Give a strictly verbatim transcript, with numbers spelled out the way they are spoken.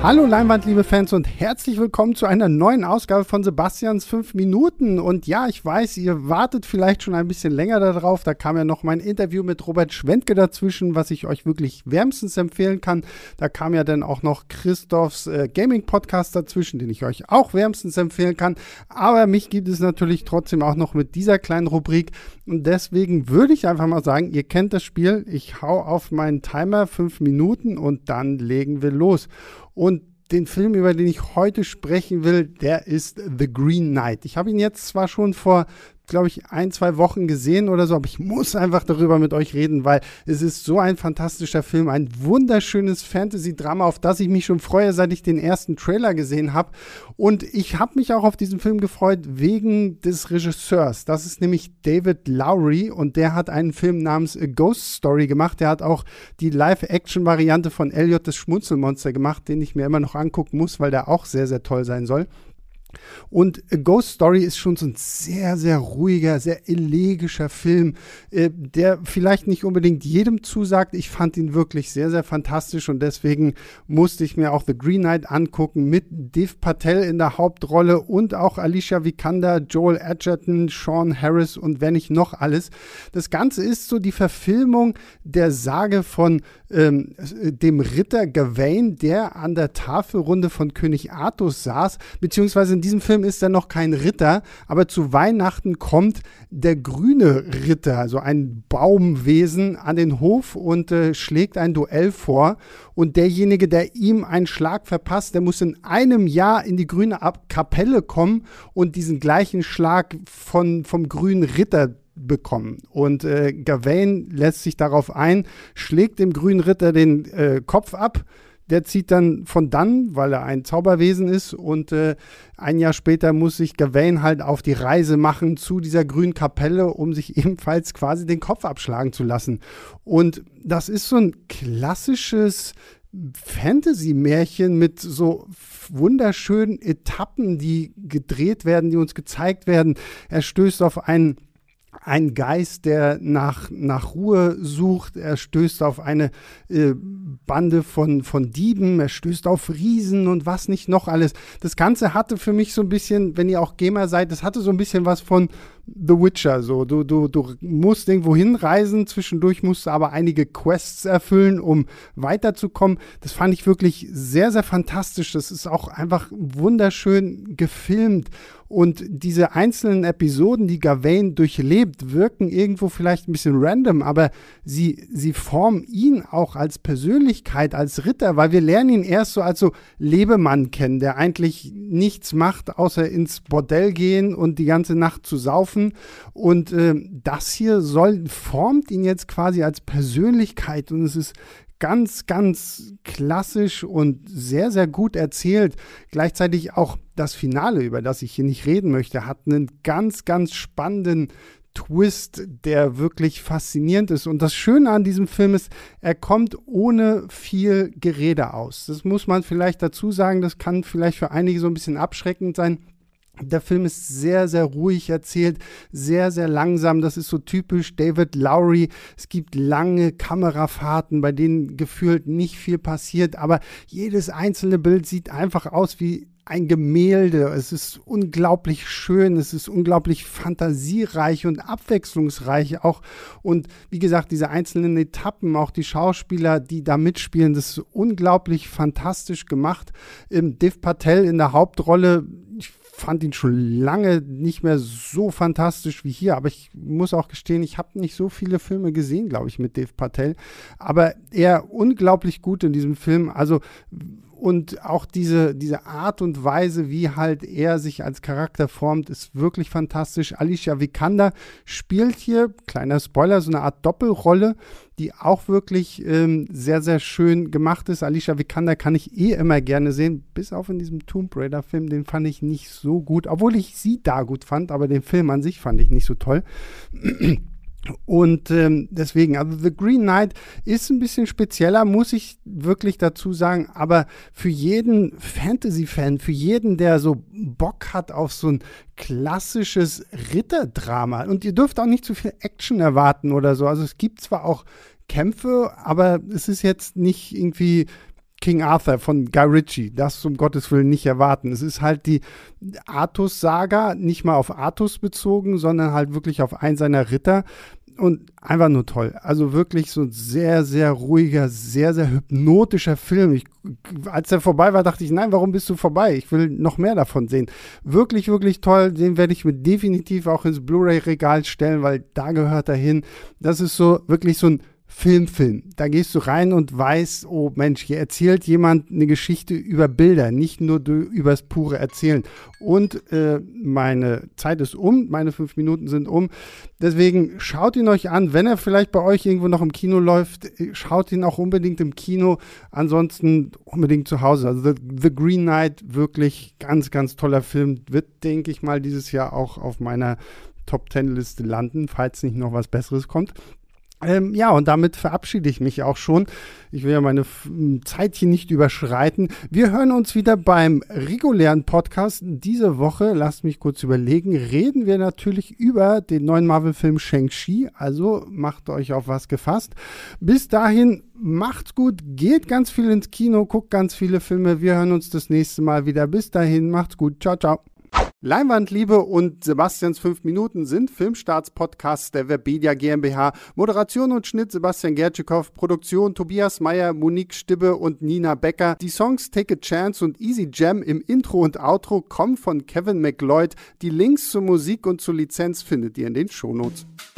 Hallo Leinwand, liebe Fans, und herzlich willkommen zu einer neuen Ausgabe von Sebastians fünf Minuten. Und ja, ich weiß, ihr wartet vielleicht schon ein bisschen länger darauf. Da kam ja noch mein Interview mit Robert Schwentke dazwischen, was ich euch wirklich wärmstens empfehlen kann. Da kam ja dann auch noch Christophs äh, Gaming-Podcast dazwischen, den ich euch auch wärmstens empfehlen kann. Aber mich gibt es natürlich trotzdem auch noch mit dieser kleinen Rubrik. Und deswegen würde ich einfach mal sagen, ihr kennt das Spiel. Ich hau auf meinen Timer fünf Minuten und dann legen wir los. Und den Film, über den ich heute sprechen will, der ist The Green Knight. Ich habe ihn jetzt zwar schon vor, glaube ich, ein, zwei Wochen gesehen oder so, aber ich muss einfach darüber mit euch reden, weil es ist so ein fantastischer Film, ein wunderschönes Fantasy-Drama, auf das ich mich schon freue, seit ich den ersten Trailer gesehen habe. Und ich habe mich auch auf diesen Film gefreut wegen des Regisseurs. Das ist nämlich David Lowery und der hat einen Film namens A Ghost Story gemacht. Der hat auch die Live-Action-Variante von Elliot das Schmunzelmonster gemacht, den ich mir immer noch angucken muss, weil der auch sehr, sehr toll sein soll. Und A Ghost Story ist schon so ein sehr, sehr ruhiger, sehr elegischer Film, äh, der vielleicht nicht unbedingt jedem zusagt. Ich fand ihn wirklich sehr, sehr fantastisch und deswegen musste ich mir auch The Green Knight angucken mit Dev Patel in der Hauptrolle und auch Alicia Vikander, Joel Edgerton, Sean Harris und wenn nicht noch alles. Das Ganze ist so die Verfilmung der Sage von ähm, dem Ritter Gawain, der an der Tafelrunde von König Artus saß, beziehungsweise in diesem Film ist er noch kein Ritter, aber zu Weihnachten kommt der grüne Ritter, also ein Baumwesen, an den Hof und äh, schlägt ein Duell vor. Und derjenige, der ihm einen Schlag verpasst, der muss in einem Jahr in die grüne Ab- Kapelle kommen und diesen gleichen Schlag von, vom grünen Ritter bekommen. Und äh, Gawain lässt sich darauf ein, schlägt dem grünen Ritter den äh, Kopf ab. Der zieht dann von dann, weil er ein Zauberwesen ist und äh, ein Jahr später muss sich Gawain halt auf die Reise machen zu dieser grünen Kapelle, um sich ebenfalls quasi den Kopf abschlagen zu lassen. Und das ist so ein klassisches Fantasy-Märchen mit so wunderschönen Etappen, die gedreht werden, die uns gezeigt werden. Er stößt auf einen Ein Geist, der nach, nach Ruhe sucht. Er stößt auf eine äh, Bande von, von Dieben. Er stößt auf Riesen und was nicht noch alles. Das Ganze hatte für mich so ein bisschen, wenn ihr auch Gamer seid, das hatte so ein bisschen was von The Witcher. So. Du, du, du musst irgendwo hinreisen. Zwischendurch musst du aber einige Quests erfüllen, um weiterzukommen. Das fand ich wirklich sehr, sehr fantastisch. Das ist auch einfach wunderschön gefilmt. Und diese einzelnen Episoden, die Gawain durchlebt, wirken irgendwo vielleicht ein bisschen random, aber sie, sie formen ihn auch als Persönlichkeit, als Ritter, weil wir lernen ihn erst so als so Lebemann kennen, der eigentlich nichts macht, außer ins Bordell gehen und die ganze Nacht zu saufen. Und äh, das hier soll, formt ihn jetzt quasi als Persönlichkeit und es ist ganz, ganz klassisch und sehr, sehr gut erzählt. Gleichzeitig auch das Finale, über das ich hier nicht reden möchte, hat einen ganz, ganz spannenden Twist, der wirklich faszinierend ist. Und das Schöne an diesem Film ist, er kommt ohne viel Gerede aus. Das muss man vielleicht dazu sagen, das kann vielleicht für einige so ein bisschen abschreckend sein. Der Film ist sehr, sehr ruhig erzählt, sehr, sehr langsam. Das ist so typisch David Lowery. Es gibt lange Kamerafahrten, bei denen gefühlt nicht viel passiert, aber jedes einzelne Bild sieht einfach aus wie ein Gemälde. Es ist unglaublich schön, es ist unglaublich fantasiereich und abwechslungsreich auch. Und wie gesagt, diese einzelnen Etappen, auch die Schauspieler, die da mitspielen, das ist unglaublich fantastisch gemacht. Ähm, Dev Patel in der Hauptrolle, ich fand ihn schon lange nicht mehr so fantastisch wie hier, aber ich muss auch gestehen, ich habe nicht so viele Filme gesehen, glaube ich, mit Dev Patel, aber er unglaublich gut in diesem Film, also und auch diese, diese Art und Weise, wie halt er sich als Charakter formt, ist wirklich fantastisch. Alicia Vikander spielt hier, kleiner Spoiler, so eine Art Doppelrolle, die auch wirklich ähm, sehr, sehr schön gemacht ist. Alicia Vikander kann ich eh immer gerne sehen, bis auf in diesem Tomb Raider-Film, den fand ich nicht so gut, obwohl ich sie da gut fand, aber den Film an sich fand ich nicht so toll. Und ähm, deswegen, also The Green Knight ist ein bisschen spezieller, muss ich wirklich dazu sagen, aber für jeden Fantasy-Fan, für jeden, der so Bock hat auf so ein klassisches Ritterdrama, und ihr dürft auch nicht zu viel Action erwarten oder so, also es gibt zwar auch Kämpfe, aber es ist jetzt nicht irgendwie King Arthur von Guy Ritchie, das um Gottes Willen nicht erwarten. Es ist halt die Artus-Saga, nicht mal auf Artus bezogen, sondern halt wirklich auf einen seiner Ritter. Und einfach nur toll. Also wirklich so ein sehr, sehr ruhiger, sehr, sehr hypnotischer Film. Ich, als er vorbei war, dachte ich, nein, warum bist du vorbei? Ich will noch mehr davon sehen. Wirklich, wirklich toll. Den werde ich mir definitiv auch ins Blu-ray-Regal stellen, weil da gehört er hin. Das ist so wirklich so ein Filmfilm. Da gehst du rein und weißt, oh Mensch, hier erzählt jemand eine Geschichte über Bilder, nicht nur übers pure Erzählen. Und äh, meine Zeit ist um, meine fünf Minuten sind um. Deswegen schaut ihn euch an. Wenn er vielleicht bei euch irgendwo noch im Kino läuft, schaut ihn auch unbedingt im Kino. Ansonsten unbedingt zu Hause. Also The, The Green Knight, wirklich ganz, ganz toller Film. Wird, denke ich mal, dieses Jahr auch auf meiner Top-Ten-Liste landen, falls nicht noch was Besseres kommt. Ähm, ja, und damit verabschiede ich mich auch schon. Ich will ja meine F- Zeit hier nicht überschreiten. Wir hören uns wieder beim regulären Podcast. Diese Woche, lasst mich kurz überlegen, reden wir natürlich über den neuen Marvel-Film Shang-Chi. Also macht euch auf was gefasst. Bis dahin, macht's gut, geht ganz viel ins Kino, guckt ganz viele Filme. Wir hören uns das nächste Mal wieder. Bis dahin, macht's gut. Ciao, ciao. Leinwandliebe und Sebastians fünf Minuten sind Filmstarts-Podcasts der Webedia GmbH. Moderation und Schnitt Sebastian Gertschikow, Produktion Tobias Meyer, Monique Stibbe und Nina Becker. Die Songs Take a Chance und Easy Jam im Intro und Outro kommen von Kevin MacLeod. Die Links zur Musik und zur Lizenz findet ihr in den Shownotes.